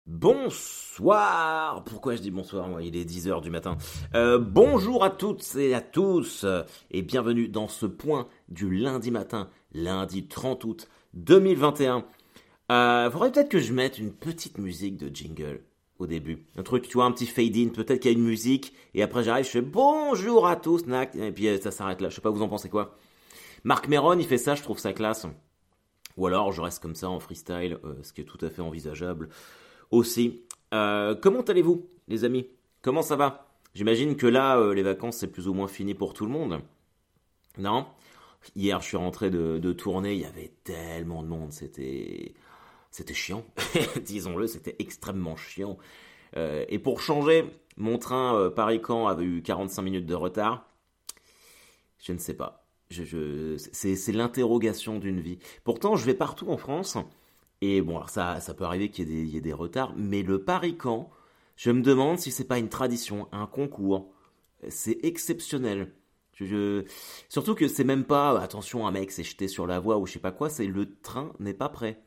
Bonsoir. Pourquoi je dis bonsoir? Moi, il est 10 heures du matin. Bonjour à toutes et à tous et bienvenue dans ce point du lundi matin, lundi 30 août 2021. Faudrait peut-être que je mette une petite musique de jingle au début. Un truc, tu vois, un petit fade-in, peut-être qu'il y a une musique et après j'arrive, je fais bonjour à tous, et puis ça s'arrête là. Je sais pas, vous en pensez quoi? Marc Meron, il fait ça, je trouve ça classe. Ou alors je reste comme ça en freestyle, ce qui est tout à fait envisageable aussi. Comment allez-vous, les amis? Comment ça va? J'imagine que là, les vacances, c'est plus ou moins fini pour tout le monde. Non? Hier, je suis rentré de tournée, il y avait tellement de monde, c'était chiant. Disons-le, c'était extrêmement chiant. Et pour changer, mon train Paris-Caen avait eu 45 minutes de retard. Je ne sais pas. C'est l'interrogation d'une vie. Pourtant, je vais partout en France. Et bon, alors ça peut arriver qu'il y ait des retards, mais le Paris-Caen, je me demande si c'est pas une tradition, un concours. C'est exceptionnel. Surtout que c'est même pas, attention, un mec s'est jeté sur la voie ou je sais pas quoi, c'est le train n'est pas prêt.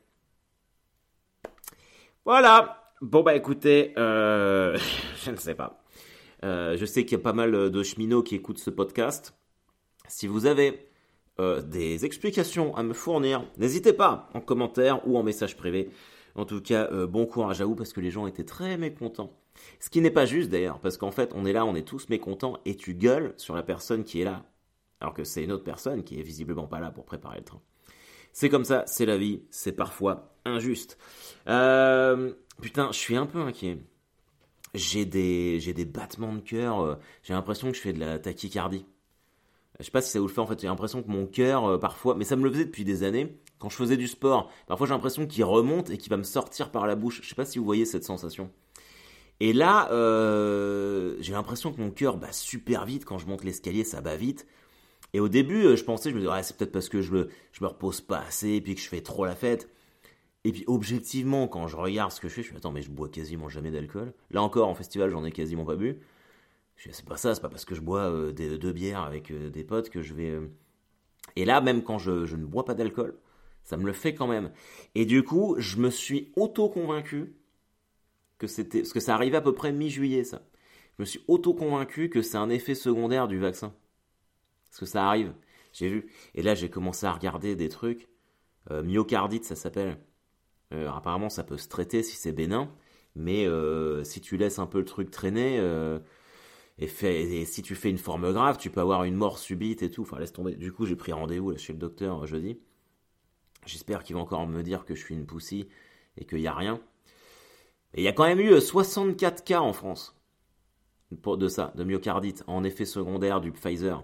Voilà. Bon bah écoutez, je ne sais pas. Je sais qu'il y a pas mal de cheminots qui écoutent ce podcast. Si vous avez des explications à me fournir, n'hésitez pas en commentaire ou en message privé. En tout cas, bon courage à vous parce que les gens étaient très mécontents. Ce qui n'est pas juste d'ailleurs, parce qu'en fait, on est là, on est tous mécontents et tu gueules sur la personne qui est là. Alors que c'est une autre personne qui est visiblement pas là pour préparer le train. C'est comme ça, c'est la vie, c'est parfois injuste. Putain, je suis un peu inquiet. J'ai des battements de cœur, j'ai l'impression que je fais de la tachycardie. Je sais pas si ça vous le fait en fait, j'ai l'impression que mon cœur parfois, mais ça me le faisait depuis des années, quand je faisais du sport, parfois j'ai l'impression qu'il remonte et qu'il va me sortir par la bouche. Je sais pas si vous voyez cette sensation. Et là, j'ai l'impression que mon cœur bat super vite, quand je monte l'escalier ça bat vite. Et au début je pensais, je me disais ouais, c'est peut-être parce que je me repose pas assez et puis que je fais trop la fête. Et puis objectivement quand je regarde ce que je fais, je me dis attends mais je bois quasiment jamais d'alcool. Là encore en festival j'en ai quasiment pas bu. C'est pas ça, c'est pas parce que je bois deux bières avec des potes que je vais. Et là, même quand je ne bois pas d'alcool, ça me le fait quand même. Et du coup, je me suis auto-convaincu que c'était. Parce que ça arrivait à peu près mi-juillet, ça. Je me suis auto-convaincu que c'est un effet secondaire du vaccin. Parce que ça arrive. J'ai vu. Et là, j'ai commencé à regarder des trucs. Myocardite, ça s'appelle. Apparemment, ça peut se traiter si c'est bénin. Mais si tu laisses un peu le truc traîner. Et si tu fais une forme grave, tu peux avoir une mort subite et tout. Enfin, laisse tomber. Du coup, j'ai pris rendez-vous là, chez le docteur jeudi. J'espère qu'il va encore me dire que je suis une poussie et qu'il n'y a rien. Et il y a quand même eu 64 cas en France de ça, de myocardite, en effet secondaire du Pfizer.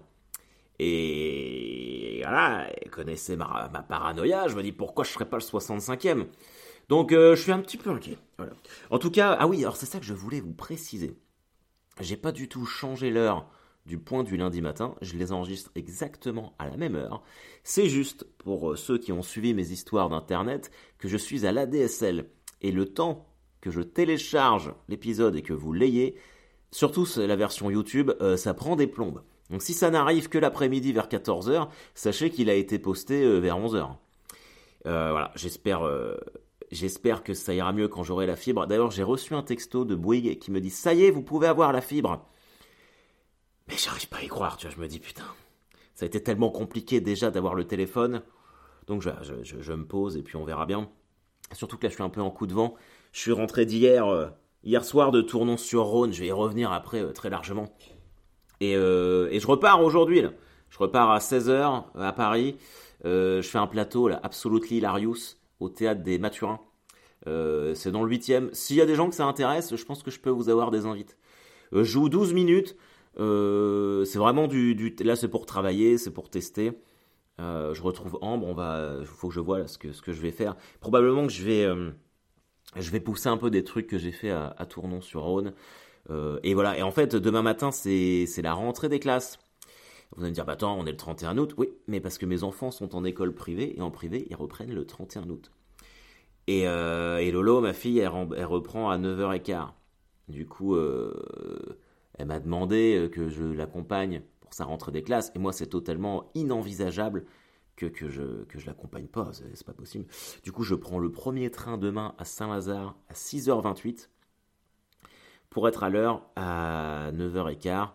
Et voilà, connaissez ma paranoïa. Je me dis pourquoi je ne serais pas le 65e. Donc, je suis un petit peu inquiet. Voilà. En tout cas, ah oui, alors c'est ça que je voulais vous préciser. J'ai pas du tout changé l'heure du point du lundi matin, je les enregistre exactement à la même heure. C'est juste, pour ceux qui ont suivi mes histoires d'internet, que je suis à l'ADSL. Et le temps que je télécharge l'épisode et que vous l'ayez, surtout la version YouTube, ça prend des plombes. Donc si ça n'arrive que l'après-midi vers 14h, sachez qu'il a été posté vers 11h. Voilà, J'espère que ça ira mieux quand j'aurai la fibre. D'ailleurs, j'ai reçu un texto de Bouygues qui me dit « Ça y est, vous pouvez avoir la fibre !» Mais j'arrive pas à y croire, tu vois, je me dis « Putain, ça a été tellement compliqué déjà d'avoir le téléphone. » Donc je me pose et puis on verra bien. Surtout que là, je suis un peu en coup de vent. Je suis rentré hier soir de Tournon-sur-Rhône. Je vais y revenir après très largement. Et je repars aujourd'hui, là. Je repars à 16h à Paris. Je fais un plateau, là, Absolutely Hilarious, au théâtre des Mathurins. C'est dans le 8e. S'il y a des gens que ça intéresse, je pense que je peux vous avoir des invites. Je joue 12 minutes. C'est vraiment là, c'est pour travailler, c'est pour tester. Je retrouve Ambre. Faut que je vois là, ce que je vais faire. Probablement que je vais pousser un peu des trucs que j'ai fait à Tournon-sur-Rhône. Et voilà. Et en fait, demain matin, c'est la rentrée des classes. Vous allez me dire, bah attends, on est le 31 août. Oui, mais parce que mes enfants sont en école privée, et en privé, ils reprennent le 31 août. Et Lolo, ma fille, elle reprend à 9h15. Du coup, elle m'a demandé que je l'accompagne pour sa rentrée des classes. Et moi, c'est totalement inenvisageable que je l'accompagne pas, c'est pas possible. Du coup, je prends le premier train demain à Saint-Lazare à 6h28 pour être à l'heure à 9h15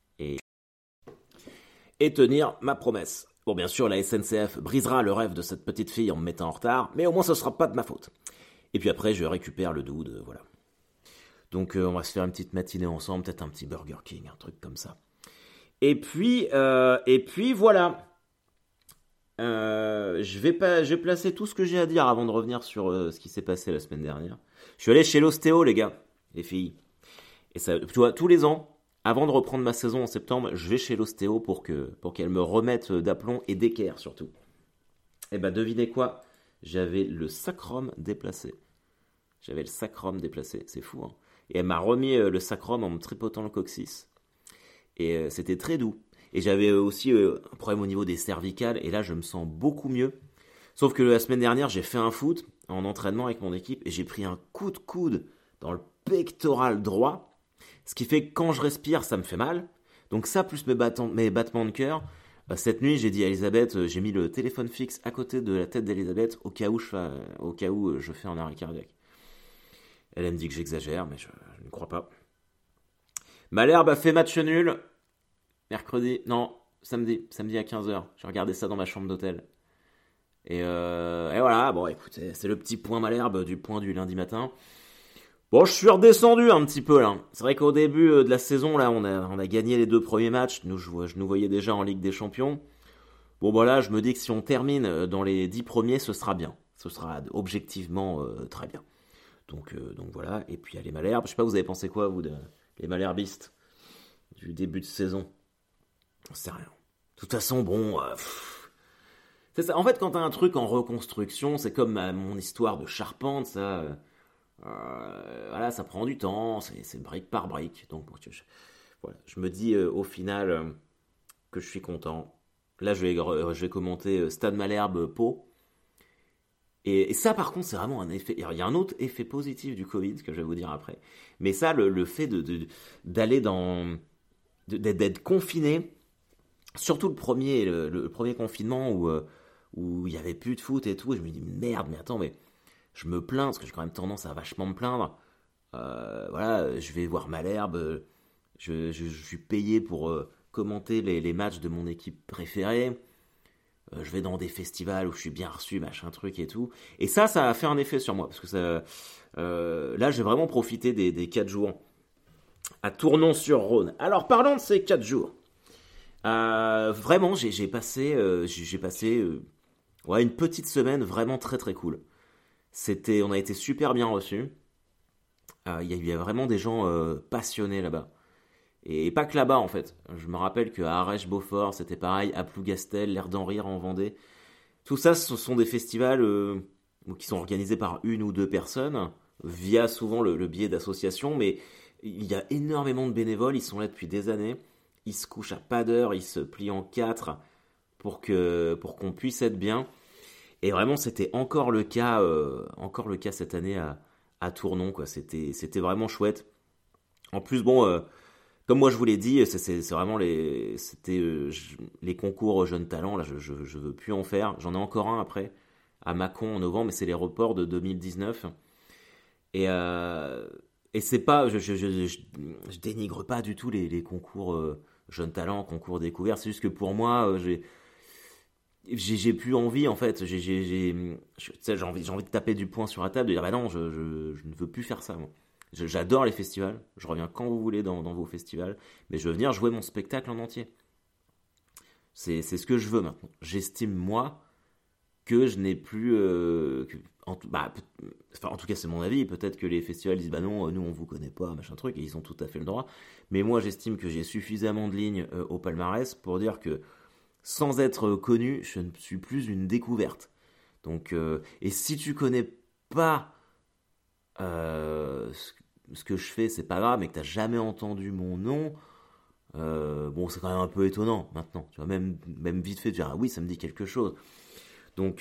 et tenir ma promesse. Bon, bien sûr, la SNCF brisera le rêve de cette petite fille en me mettant en retard, mais au moins ce sera pas de ma faute. Et puis après, je récupère le dude, voilà. Donc on va se faire une petite matinée ensemble, peut-être un petit Burger King, un truc comme ça. Et puis voilà. Je vais placer tout ce que j'ai à dire avant de revenir sur ce qui s'est passé la semaine dernière. Je suis allé chez l'ostéo, les gars, les filles. Et ça, tu vois, tous les ans, avant de reprendre ma saison en septembre, je vais chez l'ostéo pour qu'elle me remette d'aplomb et d'équerre surtout. Et ben devinez quoi? J'avais le sacrum déplacé. C'est fou, hein. Et elle m'a remis le sacrum en me tripotant le coccyx. Et c'était très doux. Et j'avais aussi un problème au niveau des cervicales. Et là, je me sens beaucoup mieux. Sauf que la semaine dernière, j'ai fait un foot en entraînement avec mon équipe. Et j'ai pris un coup de coude dans le pectoral droit. Ce qui fait que quand je respire, ça me fait mal. Donc ça, plus mes battements de cœur. Cette nuit, j'ai dit à Elisabeth, j'ai mis le téléphone fixe à côté de la tête d'Elisabeth au cas où je fais un arrêt cardiaque. Elle me dit que j'exagère, mais je ne crois pas. Malherbe a fait match nul. Samedi à 15h. J'ai regardé ça dans ma chambre d'hôtel. Et voilà, bon écoutez, c'est le petit point Malherbe du point du lundi matin. Bon, je suis redescendu un petit peu là. C'est vrai qu'au début de la saison, là, on a gagné les 2 premiers matchs. Je nous voyais déjà en Ligue des Champions. Bon, voilà, je me dis que si on termine dans les 10 premiers, ce sera bien. Ce sera objectivement très bien. Donc voilà, et puis il y a les Malherbes. Je sais pas, vous avez pensé quoi, vous, les Malherbistes du début de saison? J'en sais rien. De toute façon, bon... c'est ça. En fait, quand t'as un truc en reconstruction, c'est comme mon histoire de charpente, ça... voilà, ça prend du temps, c'est brique par brique. Donc voilà, je me dis au final que je suis content. Là, je vais commenter Stade Malherbe Pau. Et ça, par contre, c'est vraiment un effet. Il y a un autre effet positif du Covid, que je vais vous dire après. Mais ça, le fait d'aller d'être confiné, surtout le premier confinement où il y avait plus de foot et tout, et je me dis merde, mais attends, mais je me plains parce que j'ai quand même tendance à vachement me plaindre. Voilà, je vais voir Malherbe, je suis payé pour commenter les matchs de mon équipe préférée. Je vais dans des festivals où je suis bien reçu, machin truc et tout. Et ça a fait un effet sur moi. Parce que là, j'ai vraiment profité des 4 jours à Tournon-sur-Rhône. Alors, parlons de ces 4 jours. Vraiment, j'ai passé une petite semaine vraiment très très cool. On a été super bien reçus. Il y a vraiment des gens passionnés là-bas. Et pas que là-bas en fait. Je me rappelle qu'à Arèche-Beaufort, c'était pareil, à Plougastel, l'Air d'en Rire en Vendée. Tout ça, ce sont des festivals qui sont organisés par 1 ou 2 personnes, via souvent le biais d'associations, mais il y a énormément de bénévoles, ils sont là depuis des années, ils se couchent à pas d'heure, ils se plient en 4 pour qu'on puisse être bien. Et vraiment, c'était encore le cas cette année à Tournon, quoi. C'était vraiment chouette. En plus, bon... comme moi je vous l'ai dit, c'est vraiment les concours jeunes talents. Là, je veux plus en faire. J'en ai encore un après à Mâcon en novembre, mais c'est les reports de 2019. Et c'est pas, je dénigre pas du tout les concours jeunes talents, concours découverts. C'est juste que pour moi, j'ai plus envie en fait. J'ai envie de taper du poing sur la table, de dire bah non, je ne veux plus faire ça, moi. J'adore les festivals, je reviens quand vous voulez dans vos festivals, mais je veux venir jouer mon spectacle en entier. C'est ce que je veux maintenant. J'estime, moi, que je n'ai plus... en tout cas, c'est mon avis. Peut-être que les festivals disent, bah non, nous, on vous connaît pas, machin truc, et ils ont tout à fait le droit. Mais moi, j'estime que j'ai suffisamment de lignes au palmarès pour dire que, sans être connu, je ne suis plus une découverte. Donc, et si tu connais pas... ce que je fais, c'est pas grave, mais que t'as jamais entendu mon nom, bon, c'est quand même un peu étonnant maintenant. Tu vois, même vite fait, tu dis ah oui, ça me dit quelque chose. Donc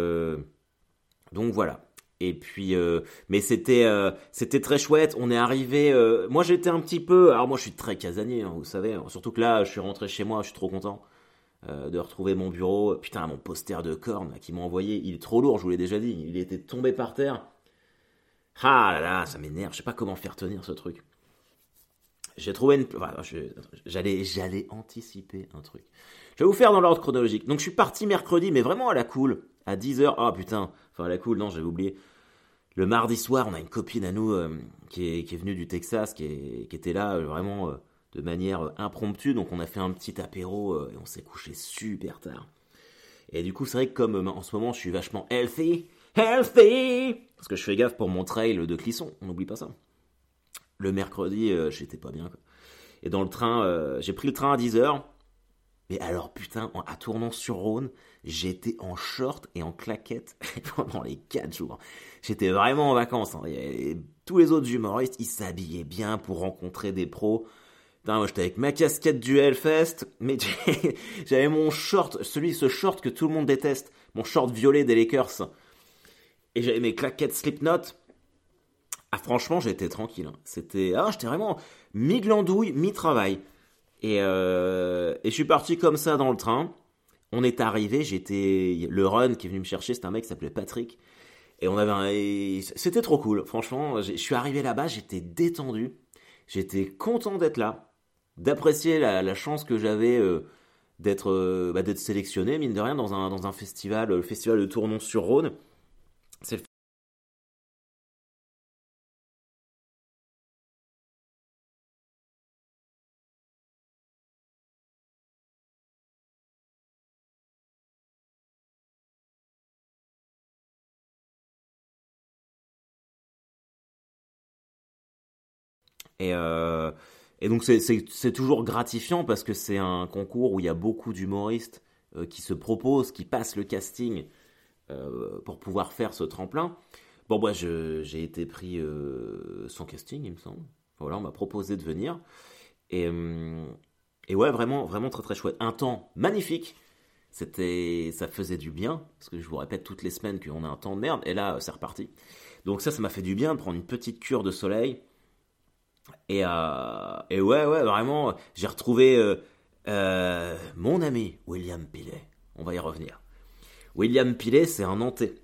voilà. Et puis, mais c'était très chouette. On est arrivé. Moi, j'étais un petit peu. Alors moi, je suis très casanier, hein, vous savez. Surtout que là, je suis rentré chez moi, je suis trop content. de retrouver mon bureau. Putain, mon poster de Korn là, qu'ils m'ont envoyé, il est trop lourd, je vous l'ai déjà dit. Il était tombé par terre. Ah là là, ça m'énerve. Je sais pas comment faire tenir ce truc. J'ai trouvé une... Enfin, j'allais anticiper un truc. Je vais vous faire dans l'ordre chronologique. Donc je suis parti mercredi, mais vraiment à la cool. À 10h. Ah putain. Enfin à la cool, non, j'avais oublié. Le mardi soir, on a une copine à nous qui est venue du Texas, qui était là vraiment de manière impromptue. Donc on a fait un petit apéro et on s'est couché super tard. Et du coup, c'est vrai que comme en ce moment, je suis vachement healthy, parce que je fais gaffe pour mon trail de Clisson, on n'oublie pas ça. Le mercredi, j'étais pas bien, quoi. Et dans le train, j'ai pris le train à 10h. Mais alors, putain, à Tournon-sur-Rhône, j'étais en short et en claquette pendant les 4 jours. J'étais vraiment en vacances. Hein. Tous les autres humoristes, ils s'habillaient bien pour rencontrer des pros. Putain, moi, j'étais avec ma casquette du Hellfest, mais j'avais mon short, ce short que tout le monde déteste, mon short violet des Lakers. Et j'avais mes claquettes Slipknot. Ah, franchement, j'étais tranquille. Hein. J'étais vraiment mi-glandouille, mi-travail. Et je suis parti comme ça dans le train. On est arrivé, le run qui est venu me chercher, c'était un mec qui s'appelait Patrick. Et c'était trop cool. Franchement, je suis arrivé là-bas, j'étais détendu. J'étais content d'être là, d'apprécier la chance que j'avais d'être sélectionné, mine de rien, dans un festival, le festival de Tournon-sur-Rhône. C'est le Et, euh, et donc c'est toujours gratifiant parce que c'est un concours où il y a beaucoup d'humoristes qui se proposent, qui passent le casting pour pouvoir faire ce tremplin. Bon, moi, j'ai été pris sans casting, il me semble. Voilà, on m'a proposé de venir. Et, euh, et ouais, vraiment, vraiment très très chouette. Un temps magnifique. Ça faisait du bien, parce que je vous répète toutes les semaines qu'on a un temps de merde, et là, c'est reparti. Donc ça m'a fait du bien de prendre une petite cure de soleil. Et ouais, ouais, vraiment, j'ai retrouvé mon ami William Pilet. On va y revenir. William Pilet, c'est un Nantais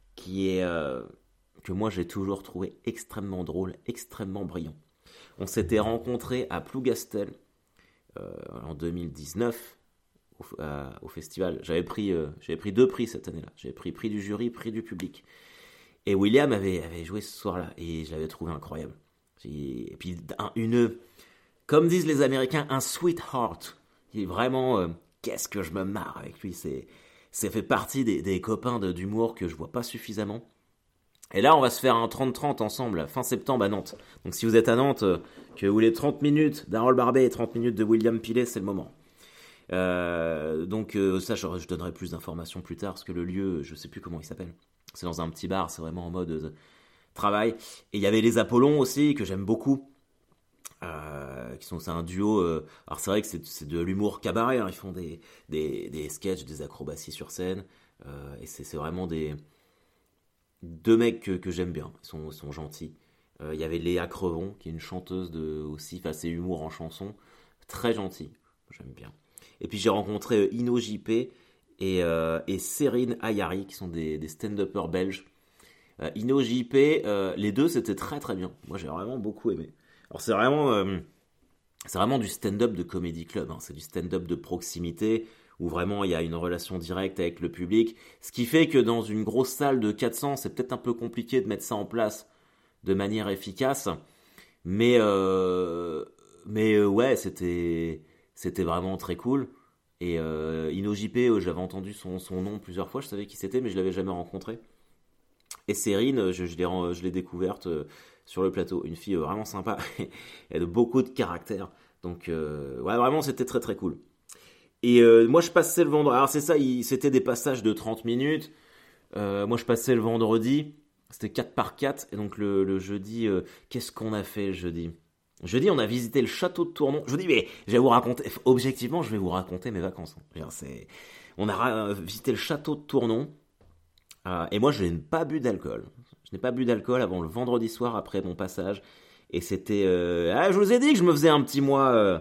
que moi j'ai toujours trouvé extrêmement drôle, extrêmement brillant. On s'était rencontrés à Plougastel en 2019 au festival. J'avais pris 2 prix cette année-là. J'avais pris prix du jury, prix du public. Et William avait joué ce soir-là et je l'avais trouvé incroyable. Et puis comme disent les Américains, un sweetheart. Il est vraiment, qu'est-ce que je me marre avec lui. C'est fait partie des copains d'humour que je vois pas suffisamment. Et là, on va se faire un 30-30 ensemble, fin septembre à Nantes. Donc si vous êtes à Nantes, que vous voulez 30 minutes d'Harold Barbet et 30 minutes de William Pilet, c'est le moment. Ça, je donnerai plus d'informations plus tard, parce que le lieu, je sais plus comment il s'appelle. C'est dans un petit bar, c'est vraiment en mode travail. Et il y avait les Apollons aussi, que j'aime beaucoup. C'est un duo. Alors c'est vrai que c'est de l'humour cabaret. Hein. Ils font des sketchs, des acrobaties sur scène. Et c'est vraiment 2 mecs que j'aime bien. Ils sont gentils. Il y avait Léa Crevon, qui est une chanteuse aussi, enfin c'est humour en chanson. Très gentille. J'aime bien. Et puis j'ai rencontré Ino JP et Serine Ayari, qui sont des stand-uppers belges. Ino JP, les deux c'était très très bien. Moi j'ai vraiment beaucoup aimé. Alors c'est vraiment du stand-up de comedy club. Hein. C'est du stand-up de proximité où vraiment il y a une relation directe avec le public. Ce qui fait que dans une grosse salle de 400, c'est peut-être un peu compliqué de mettre ça en place de manière efficace. Mais ouais, c'était vraiment très cool. Et Ino JP, j'avais entendu son nom plusieurs fois, je savais qui c'était, mais je l'avais jamais rencontré. Et Cérine, je l'ai découverte sur le plateau. Une fille vraiment sympa. Elle a beaucoup de caractère. Donc, ouais, vraiment, c'était très très cool. Et moi, je passais le vendredi. Alors, c'est ça, c'était des passages de 30 minutes. Moi, je passais le vendredi. C'était 4 par 4. Et donc, le jeudi, qu'est-ce qu'on a fait le jeudi? Jeudi, on a visité le château de Tournon. Je vous dis, mais je vais vous raconter. Objectivement, je vais vous raconter mes vacances. Hein. On a visité le château de Tournon. Et moi, je n'ai pas bu d'alcool. Je n'ai pas bu d'alcool avant le vendredi soir après mon passage. Et c'était... je vous ai dit que je me faisais un petit mois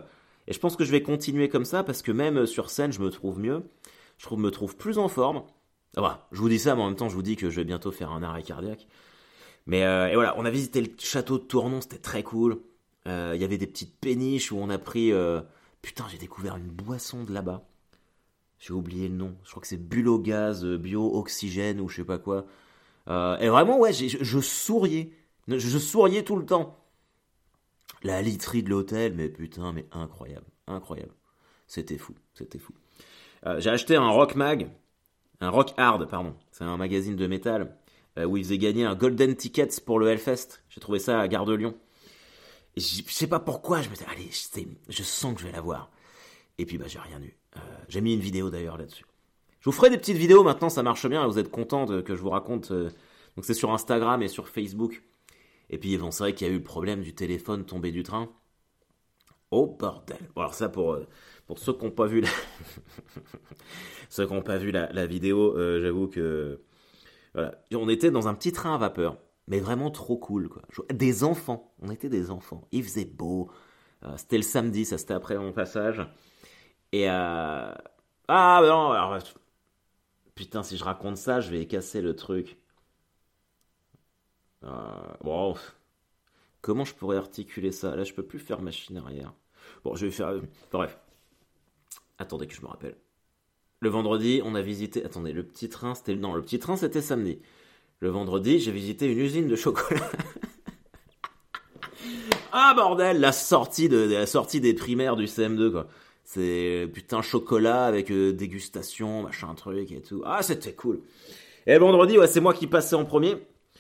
Et je pense que je vais continuer comme ça parce que même sur scène, je me trouve mieux. Me trouve plus en forme. Ah bah, je vous dis ça, mais en même temps, je vous dis que je vais bientôt faire un arrêt cardiaque. Mais et voilà, on a visité le château de Tournon, c'était très cool. Il y avait des petites péniches où on a pris... Putain, j'ai découvert une boisson de là-bas. J'ai oublié le nom. Je crois que c'est bulle au gaz, bio, oxygène ou je sais pas quoi. Et vraiment, ouais, je souriais. Je souriais tout le temps. La literie de l'hôtel, mais putain, mais incroyable. Incroyable. C'était fou, c'était fou. J'ai acheté un Rock Mag. Un Rock Hard, pardon. C'est un magazine de métal où ils faisaient gagner un Golden Tickets pour le Hellfest. J'ai trouvé ça à Gare de Lyon. Et je sais pas pourquoi, je me disais, allez, je sens que je vais l'avoir. Et puis, bah, j'ai rien eu. J'ai mis une vidéo d'ailleurs là-dessus. Je vous ferai des petites vidéos maintenant, ça marche bien. Vous êtes contents que je vous raconte. Donc, c'est sur Instagram et sur Facebook. Et puis, bon, c'est vrai qu'il y a eu le problème du téléphone tombé du train. Oh, bordel. Bon, alors, ça, pour ceux qui n'ont pas vu ceux qui n'ont pas vu la vidéo, j'avoue que. Voilà. On était dans un petit train à vapeur. Mais vraiment trop cool, quoi. Des enfants. On était des enfants. Il faisait beau. C'était le samedi, ça c'était après mon passage. Et ah, mais non, alors, putain, si je raconte ça, je vais casser le truc. Bon, comment je pourrais articuler ça? Là, je peux plus faire machine arrière. Bon, je vais faire. Bref. Attendez que je me rappelle. Le vendredi, on a visité. Attendez, le petit train, c'était. Non, le petit train, c'était samedi. Le vendredi, j'ai visité une usine de chocolat. Ah bordel, la sortie des primaires du CM2 quoi. C'est putain chocolat avec dégustation, machin truc et tout. Ah c'était cool. Et le vendredi, ouais, c'est moi qui passais en premier.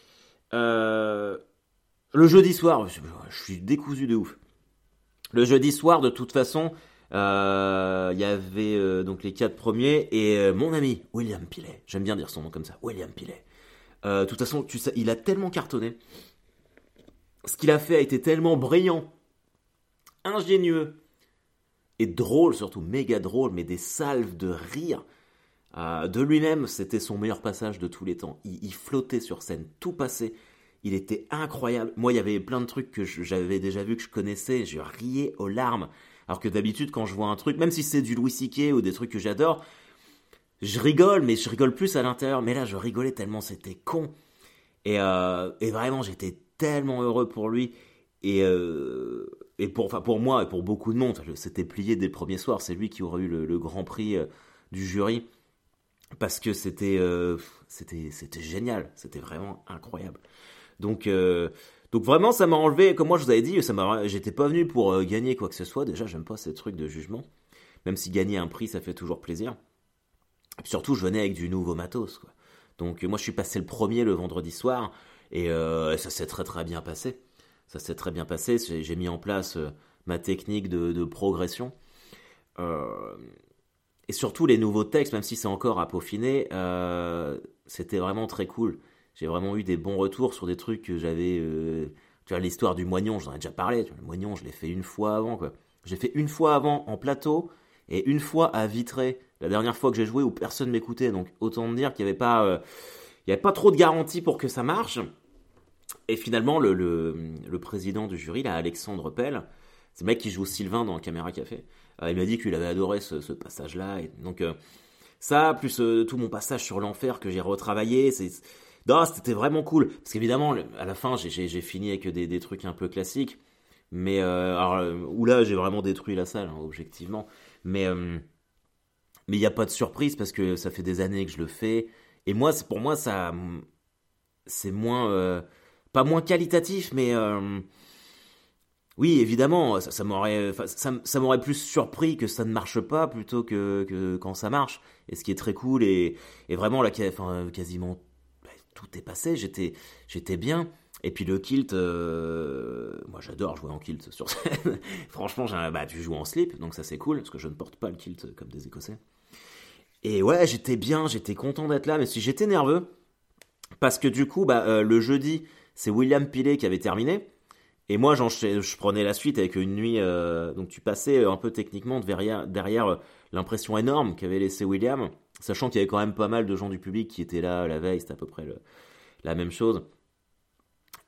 Le jeudi soir, je suis décousu de ouf. Le jeudi soir, de toute façon, il y avait donc les 4 premiers et mon ami William Pilet. J'aime bien dire son nom comme ça, William Pilet. De toute façon, tu sais, il a tellement cartonné. Ce qu'il a fait a été tellement brillant, ingénieux et drôle, surtout méga drôle, mais des salves de rire. De lui-même, c'était son meilleur passage de tous les temps. Il flottait sur scène, tout passait. Il était incroyable. Moi, il y avait plein de trucs que j'avais déjà vu, que je connaissais. Je riais aux larmes. Alors que d'habitude, quand je vois un truc, même si c'est du Louis C.K. ou des trucs que j'adore, je rigole, mais je rigole plus à l'intérieur. Mais là, je rigolais tellement c'était con. Et vraiment, j'étais tellement heureux pour lui. Et pour moi et pour beaucoup de monde, c'était plié dès le premier soir. C'est lui qui aurait eu le grand prix du jury. Parce que c'était génial. C'était vraiment incroyable. Donc vraiment, ça m'a enlevé. Comme moi, je vous avais dit, j'étais pas venu pour gagner quoi que ce soit. Déjà, j'aime pas ces trucs de jugement. Même si gagner un prix, ça fait toujours plaisir. Et puis surtout, je venais avec du nouveau matos, quoi. Donc moi, je suis passé le premier le vendredi soir. Et ça s'est très très bien passé. Ça s'est très bien passé. J'ai mis en place ma technique de progression. Et surtout les nouveaux textes, même si c'est encore à peaufiner, c'était vraiment très cool. J'ai vraiment eu des bons retours sur des trucs que j'avais... tu vois, l'histoire du moignon, j'en ai déjà parlé. Tu vois, le moignon, je l'ai fait une fois avant, quoi. J'ai fait une fois avant en plateau et une fois à Vitré. La dernière fois que j'ai joué où personne m'écoutait. Donc autant me dire qu'il n'y avait pas... il n'y avait pas trop de garantie pour que ça marche. Et finalement, le président du jury, là, Alexandre Pell, c'est le mec qui joue Sylvain dans Caméra Café, il m'a dit qu'il avait adoré ce passage-là. Et donc, ça, plus tout mon passage sur l'enfer que j'ai retravaillé, non, c'était vraiment cool. Parce qu'évidemment, à la fin, j'ai fini avec des trucs un peu classiques. Mais, où là, j'ai vraiment détruit la salle, hein, objectivement. Mais il n'y a pas de surprise parce que ça fait des années que je le fais. Et moi, pour moi, ça, c'est moins, pas moins qualitatif, mais oui, évidemment, ça m'aurait plus surpris que ça ne marche pas plutôt que quand ça marche. Et ce qui est très cool et vraiment là, quasiment tout est passé. J'étais bien. Et puis le kilt, moi j'adore jouer en kilt sur scène. Franchement, tu joues en slip, donc ça c'est cool parce que je ne porte pas le kilt comme des Écossais. Et ouais, j'étais bien, j'étais content d'être là, mais si j'étais nerveux parce que du coup, le jeudi, c'est William Pilet qui avait terminé. Et moi, je prenais la suite avec une nuit. Donc, tu passais un peu techniquement derrière l'impression énorme qu'avait laissé William, sachant qu'il y avait quand même pas mal de gens du public qui étaient là la veille, c'était à peu près la même chose.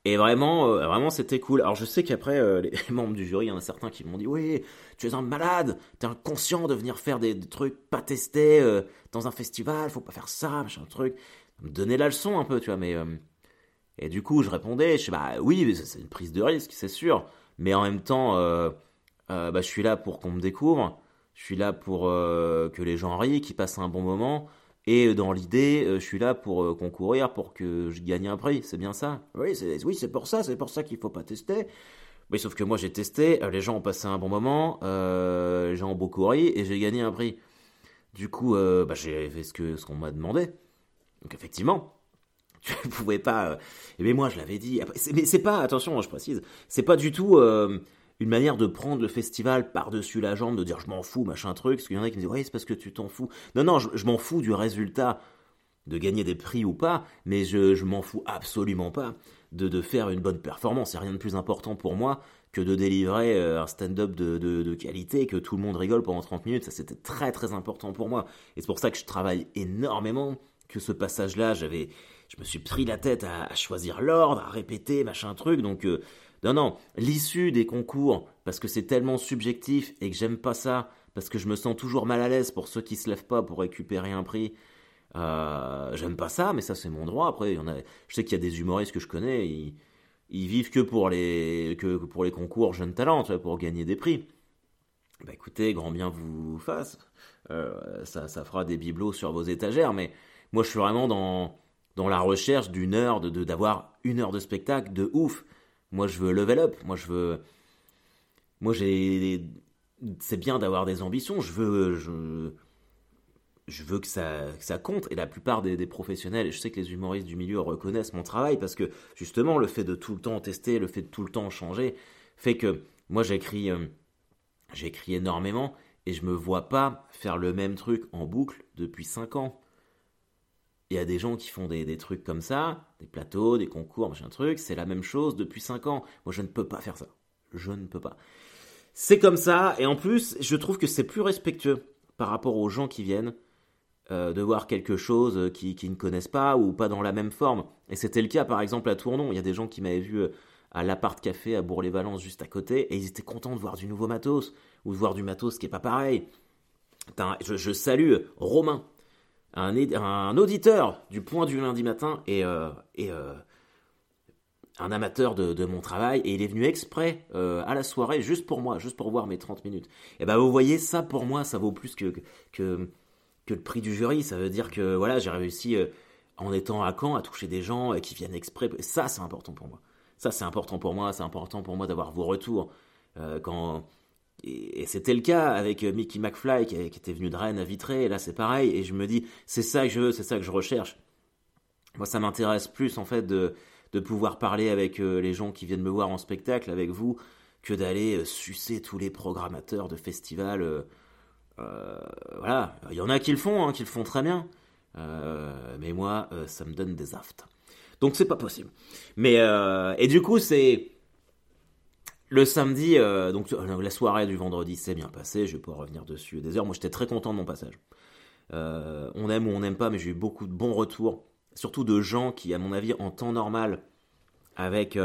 Et vraiment, c'était cool. Alors, je sais qu'après, les membres du jury, il y en a certains qui m'ont dit, oui, tu es un malade, t'es inconscient de venir faire des trucs pas testés dans un festival, faut pas faire ça, machin truc. Me donner la leçon un peu, tu vois, mais... et du coup, je répondais, bah oui, mais c'est une prise de risque, c'est sûr. Mais en même temps, bah, je suis là pour qu'on me découvre. Je suis là pour que les gens rient, qu'ils passent un bon moment. Et dans l'idée, je suis là pour concourir, pour que je gagne un prix. C'est bien ça. Oui, c'est pour ça qu'il faut pas tester. Mais sauf que moi, j'ai testé, les gens ont passé un bon moment, les gens ont beaucoup ri, et j'ai gagné un prix. Du coup, bah, j'ai fait ce qu'on m'a demandé. Donc effectivement, je pouvais pas. Mais moi, je l'avais dit. Mais c'est pas, attention, je précise, c'est pas du tout une manière de prendre le festival par-dessus la jambe, de dire je m'en fous, machin truc. Parce qu'il y en a qui me disent, ouais, c'est parce que tu t'en fous. Non, je m'en fous du résultat, de gagner des prix ou pas, mais je m'en fous absolument pas de faire une bonne performance. C'est rien de plus important pour moi que de délivrer un stand-up de qualité, que tout le monde rigole pendant 30 minutes. Ça, c'était très très important pour moi. Et c'est pour ça que je travaille énormément, que ce passage-là, je me suis pris la tête à choisir l'ordre, à répéter, machin truc. Donc, non, l'issue des concours, parce que c'est tellement subjectif et que j'aime pas ça, parce que je me sens toujours mal à l'aise pour ceux qui se lèvent pas pour récupérer un prix. J'aime pas ça, mais ça c'est mon droit. Après, je sais qu'il y a des humoristes que je connais, ils vivent que pour les concours jeunes talents, tu vois, pour gagner des prix. Bah écoutez, grand bien vous fasse. Ça fera des bibelots sur vos étagères, mais moi je suis vraiment dans la recherche d'une heure, d'avoir une heure de spectacle de ouf. Moi je veux level up, c'est bien d'avoir des ambitions, je veux que ça compte. Et la plupart des professionnels, et je sais que les humoristes du milieu reconnaissent mon travail, parce que justement le fait de tout le temps tester, le fait de tout le temps changer, fait que moi j'écris énormément, et je me vois pas faire le même truc en boucle depuis 5 ans. Il y a des gens qui font des trucs comme ça, des plateaux, des concours, machin truc, c'est la même chose depuis 5 ans. Moi je ne peux pas faire ça. Je ne peux pas. C'est comme ça, et en plus, je trouve que c'est plus respectueux par rapport aux gens qui viennent de voir quelque chose qui ne connaissent pas ou pas dans la même forme. Et c'était le cas par exemple à Tournon. Il y a des gens qui m'avaient vu à l'Appart Café à Bourg-les-Valences juste à côté, et ils étaient contents de voir du nouveau matos, ou de voir du matos qui est pas pareil. Je salue Romain, un auditeur du Point du lundi matin, et un amateur de mon travail, et il est venu exprès à la soirée juste pour moi, juste pour voir mes 30 minutes. Et ben vous voyez, ça pour moi, ça vaut plus que le prix du jury. Ça veut dire que voilà, j'ai réussi en étant à Caen à toucher des gens qui viennent exprès. Ça, c'est important pour moi. Ça, c'est important pour moi. C'est important pour moi d'avoir vos retours. Quand et c'était le cas avec Mickey McFly qui était venu de Rennes à Vitré. Et là, c'est pareil. Et je me dis, c'est ça que je veux, c'est ça que je recherche. Moi, ça m'intéresse plus en fait de pouvoir parler avec les gens qui viennent me voir en spectacle avec vous, que d'aller sucer tous les programmateurs de festivals. Voilà, il y en a qui le font, qui le font très bien. Mais moi, ça me donne des aftes. Donc c'est pas possible. Mais et du coup, c'est le samedi, donc la soirée du vendredi s'est bien passée. Je vais pouvoir revenir dessus des heures. Moi, j'étais très content de mon passage. On aime ou on n'aime pas, mais j'ai eu beaucoup de bons retours, surtout de gens qui, à mon avis, en temps normal, avec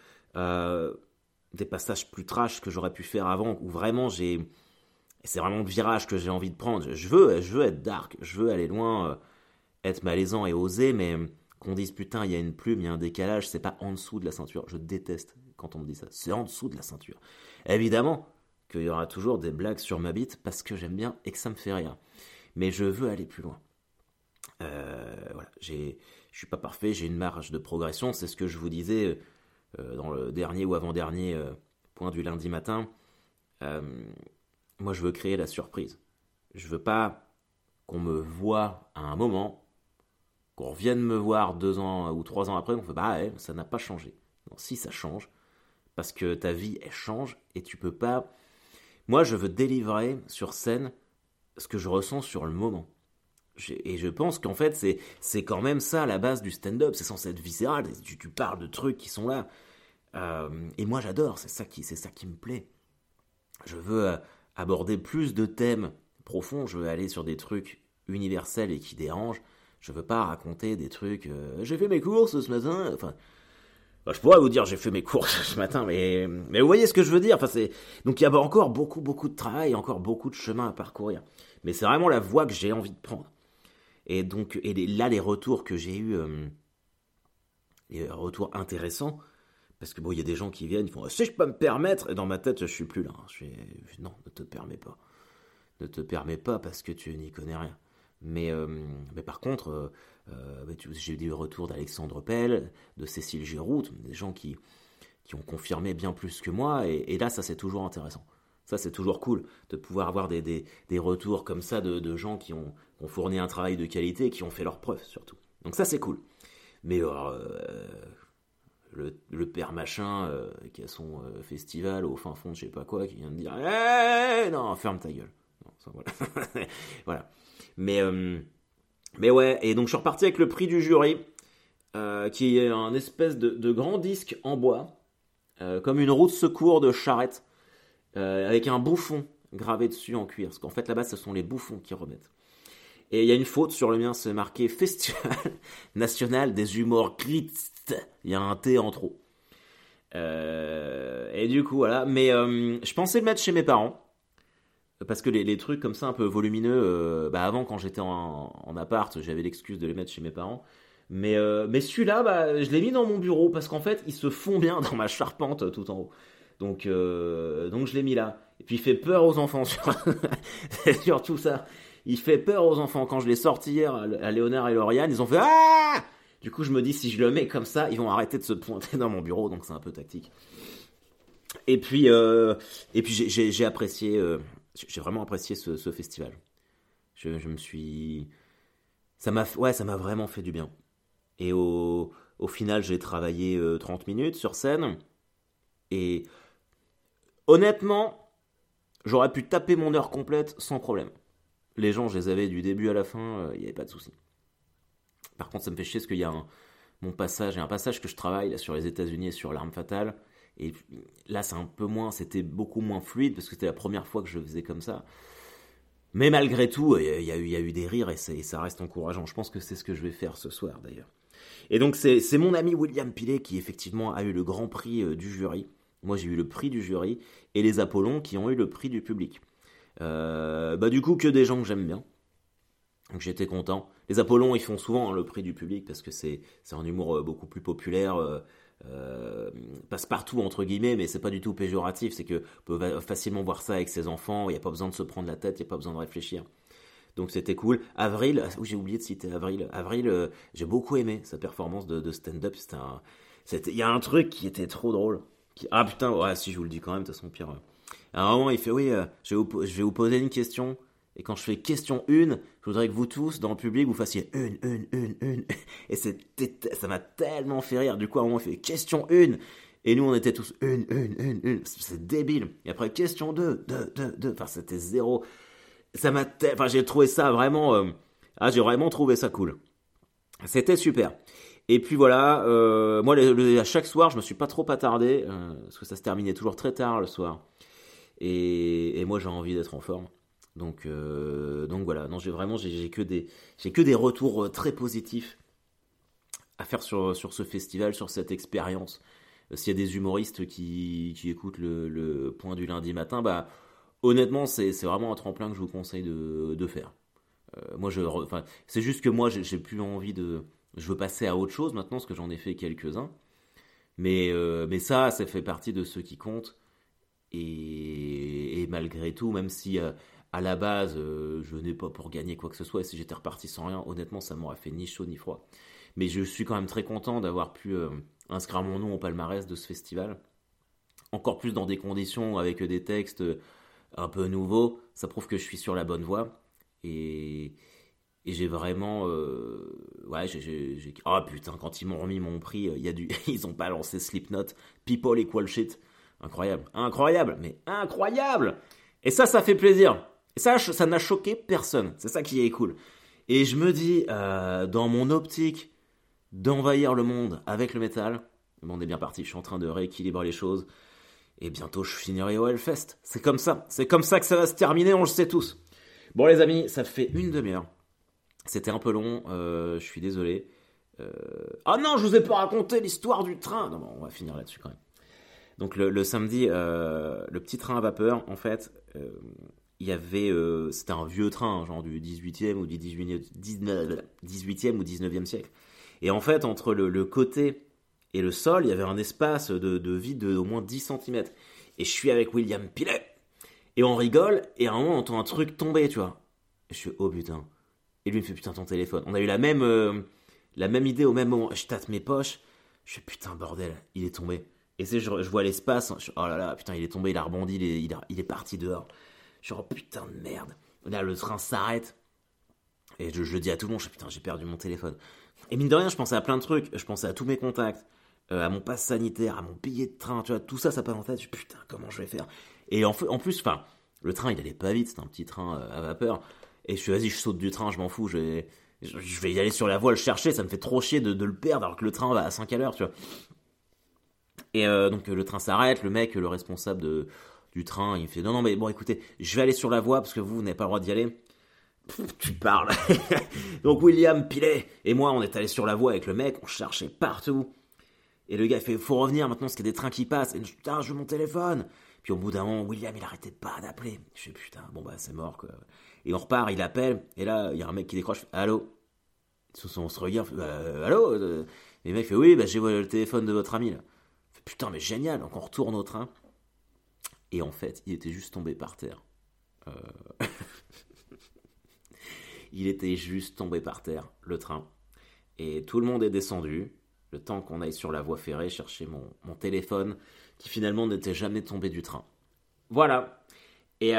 des passages plus trash que j'aurais pu faire avant, où vraiment c'est vraiment le virage que j'ai envie de prendre. Je veux être dark, je veux aller loin, être malaisant et oser, mais qu'on dise putain, il y a une plume, il y a un décalage, c'est pas en dessous de la ceinture. Je déteste quand on me dit ça, c'est en dessous de la ceinture. Évidemment qu'il y aura toujours des blagues sur ma bite parce que j'aime bien et que ça me fait rire. Mais je veux aller plus loin. Voilà, je suis pas parfait, j'ai une marge de progression, c'est ce que je vous disais dans le dernier ou avant-dernier point du lundi matin. Moi, je veux créer la surprise. Je veux pas qu'on me voie à un moment, qu'on revienne me voir 2 ans ou 3 ans après, on fait bah ouais, ça n'a pas changé. Non, si ça change, parce que ta vie elle change et tu peux pas. Moi, je veux délivrer sur scène ce que je ressens sur le moment. Et je pense qu'en fait, c'est quand même ça la base du stand-up. C'est censé être viscéral. Tu parles de trucs qui sont là. Et moi, j'adore. C'est ça qui me plaît. Je veux aborder plus de thèmes profonds. Je veux aller sur des trucs universels et qui dérangent. Je veux pas raconter des trucs. J'ai fait mes courses ce matin. Enfin, je pourrais vous dire, j'ai fait mes courses ce matin, mais vous voyez ce que je veux dire. Enfin, donc il y a encore beaucoup, beaucoup de travail, encore beaucoup de chemin à parcourir. Mais c'est vraiment la voie que j'ai envie de prendre. Et donc, là, les retours que j'ai eus, les retours intéressants, parce que bon, il y a des gens qui viennent, ils font, si je peux me permettre, et dans ma tête, je suis plus là. Non, ne te permets pas. Ne te permets pas parce que tu n'y connais rien. Mais par contre, j'ai eu des retours d'Alexandre Pell, de Cécile Giroud, des gens qui ont confirmé bien plus que moi, et là, ça c'est toujours intéressant. Ça c'est toujours cool de pouvoir avoir des retours comme ça de gens qui ont fourni un travail de qualité et qui ont fait leurs preuves surtout. Donc ça c'est cool. Mais le père machin qui a son festival au fin fond de je sais pas quoi, qui vient de dire non, ferme ta gueule. Non, ça, voilà. Voilà. Mais ouais, et donc je suis reparti avec le prix du jury, qui est un espèce de grand disque en bois, comme une roue de secours de charrette, avec un bouffon gravé dessus en cuir. Parce qu'en fait là-bas, ce sont les bouffons qui remettent. Et il y a une faute sur le mien, c'est marqué Festival National des Humoristes. Il y a un T en trop. Et du coup, voilà. Mais je pensais le mettre chez mes parents. Parce que les trucs comme ça, un peu volumineux, avant, quand j'étais en appart, j'avais l'excuse de les mettre chez mes parents. Mais celui-là, je l'ai mis dans mon bureau. Parce qu'en fait, il se fond bien dans ma charpente tout en haut. Donc je l'ai mis là. Et puis, il fait peur aux enfants. C'est surtout ça. Il fait peur aux enfants. Quand je l'ai sorti hier à Léonard et Lauriane, ils ont fait « Ah !» Du coup, je me dis, si je le mets comme ça, ils vont arrêter de se pointer dans mon bureau. Donc, c'est un peu tactique. Et puis j'ai apprécié... j'ai vraiment apprécié ce festival. Je me suis... Ça m'a vraiment fait du bien. Et au final, j'ai travaillé 30 minutes sur scène. Et honnêtement, j'aurais pu taper mon heure complète sans problème. Les gens, je les avais du début à la fin, il n'y avait pas de souci. Par contre, ça me fait chier parce qu'il y a un passage que je travaille là, sur les États-Unis et sur l'arme fatale. Et là, c'était beaucoup moins fluide parce que c'était la première fois que je faisais comme ça. Mais malgré tout, il y a eu des rires et ça reste encourageant. Je pense que c'est ce que je vais faire ce soir d'ailleurs. Et donc, c'est mon ami William Pilet qui effectivement a eu le grand prix du jury. Moi, j'ai eu le prix du jury et les Apollons qui ont eu le prix du public. Du coup, que des gens que j'aime bien. Donc j'étais content. Les Apollons, ils font souvent le prix du public parce que c'est un humour beaucoup plus populaire, passe-partout entre guillemets, mais c'est pas du tout péjoratif. C'est que on peut facilement voir ça avec ses enfants. Il n'y a pas besoin de se prendre la tête, il n'y a pas besoin de réfléchir. Donc c'était cool. Avril, j'ai oublié de citer Avril. Avril, j'ai beaucoup aimé sa performance de stand-up. Il y a un truc qui était trop drôle. Ah putain, ouais, si je vous le dis quand même, de toute façon, pire. À un moment, il fait oui, je vais vous poser une question. Et quand je fais question 1, je voudrais que vous tous, dans le public, vous fassiez une. Et ça m'a tellement fait rire. Du coup, à un moment, il fait question 1. Et nous, on était tous une. C'est débile. Et après, question 2. Enfin, c'était zéro. J'ai trouvé ça vraiment... j'ai vraiment trouvé ça cool. C'était super. Et puis voilà, moi, à chaque soir, je me suis pas trop attardé. Parce que ça se terminait toujours très tard le soir. Et moi, j'ai envie d'être en forme. Donc voilà, non, j'ai que des retours très positifs à faire sur ce festival, sur cette expérience. S'il y a des humoristes qui écoutent le point du lundi matin, honnêtement, c'est vraiment un tremplin que je vous conseille de faire. Moi, c'est juste que moi, j'ai plus envie je veux passer à autre chose maintenant, parce que j'en ai fait quelques-uns. Mais ça fait partie de ceux qui comptent. Et malgré tout, même si à la base je n'ai pas pour gagner quoi que ce soit, et si j'étais reparti sans rien, honnêtement ça m'aurait fait ni chaud ni froid. Mais je suis quand même très content d'avoir pu inscrire mon nom au palmarès de ce festival. Encore plus dans des conditions avec des textes un peu nouveaux, ça prouve que je suis sur la bonne voie. Et j'ai vraiment... Oh putain, quand ils m'ont remis mon prix, ils ont balancé Slipknot, People Equal Shit. Incroyable, mais incroyable. Et ça fait plaisir. Et ça n'a choqué personne. C'est ça qui est cool. Et je me dis, dans mon optique d'envahir le monde avec le métal, on est bien parti, je suis en train de rééquilibrer les choses. Et bientôt, je finirai au Hellfest. C'est comme ça que ça va se terminer, on le sait tous. Bon les amis, ça fait une demi-heure. C'était un peu long, je suis désolé. Ah non, je vous ai pas raconté l'histoire du train. Non, bon, on va finir là-dessus quand même. Donc le samedi, le petit train à vapeur, en fait, il y avait, c'était un vieux train, genre du 18e ou du 18e ou 19e siècle. Et en fait, entre le côté et le sol, il y avait un espace de vide d'au moins 10 centimètres. Et je suis avec William Pilet, et on rigole, et à un moment, on entend un truc tomber, tu vois. Et je suis, oh putain. Et lui, il me fait, putain, ton téléphone. On a eu la même idée au même moment. Je tâte mes poches, je fais, putain, bordel, il est tombé. Et c'est, je vois l'espace, oh là là, putain, il est tombé, il a rebondi, il est parti dehors. Je suis, oh putain de merde. Là, le train s'arrête. Et je dis à tout le monde, je fais, putain, j'ai perdu mon téléphone. Et mine de rien, je pensais à plein de trucs. Je pensais à tous mes contacts, à mon passe sanitaire, à mon billet de train, tu vois, tout ça, ça passe en tête. Je suis, putain, comment je vais faire? Et en plus, enfin, le train, il allait pas vite, c'était un petit train à vapeur. Et je suis, vas-y, je saute du train, je m'en fous, je vais y aller sur la voie le chercher, ça me fait trop chier de le perdre alors que le train va à 5 à l'heure, tu vois. Et donc le train s'arrête, le mec, le responsable du train, il me fait, non, non, mais bon, écoutez, je vais aller sur la voie parce que vous n'avez pas le droit d'y aller. Tu parles. Donc William Pilet et moi, on est allés sur la voie avec le mec, on cherchait partout. Et le gars, il fait, faut revenir maintenant parce qu'il y a des trains qui passent. Et je putain, je veux mon téléphone. Puis au bout d'un moment, William, il arrêtait pas d'appeler. Je fais, putain, bon bah c'est mort, quoi. Et on repart, il appelle, et là, il y a un mec qui décroche, allô. On se regarde, allô. Et le mec fait, oui, bah j'ai le téléphone de votre ami, là. Fait, putain, mais génial. Donc on retourne au train. Et en fait, il était juste tombé par terre. Il était juste tombé par terre, le train. Et tout le monde est descendu, le temps qu'on aille sur la voie ferrée chercher mon téléphone, qui finalement n'était jamais tombé du train. Voilà. Et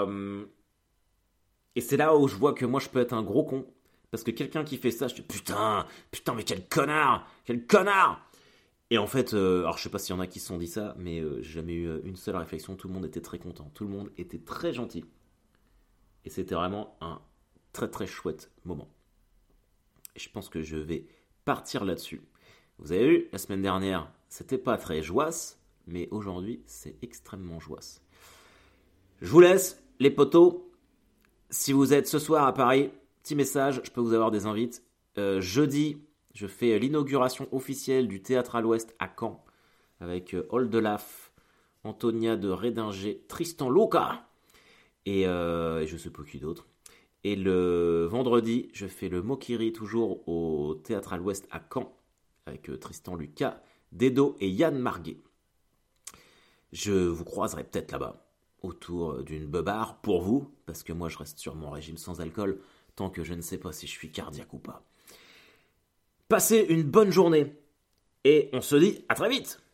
c'est là où je vois que moi je peux être un gros con. Parce que quelqu'un qui fait ça, je dis putain, mais quel connard. Et en fait, alors je sais pas s'il y en a qui se sont dit ça, mais j'ai jamais eu une seule réflexion, tout le monde était très content, tout le monde était très gentil. Et c'était vraiment un très très chouette moment. Et je pense que je vais partir là-dessus. Vous avez vu, la semaine dernière, c'était pas très joisse, mais aujourd'hui, c'est extrêmement joisse. Je vous laisse, les potos. Si vous êtes ce soir à Paris, petit message, je peux vous avoir des invites. Jeudi, je fais l'inauguration officielle du Théâtre à l'Ouest à Caen, avec Oldelaf, Antonia de Rédinger, Tristan Luca, et je sais pas qui d'autre. Et le vendredi, je fais le Mokiri, toujours au Théâtre à l'Ouest à Caen, avec Tristan Lucas, Dedo et Yann Marguet. Je vous croiserai peut-être là-bas, autour d'une beubare pour vous, parce que moi je reste sur mon régime sans alcool, tant que je ne sais pas si je suis cardiaque ou pas. Passez une bonne journée, et on se dit à très vite!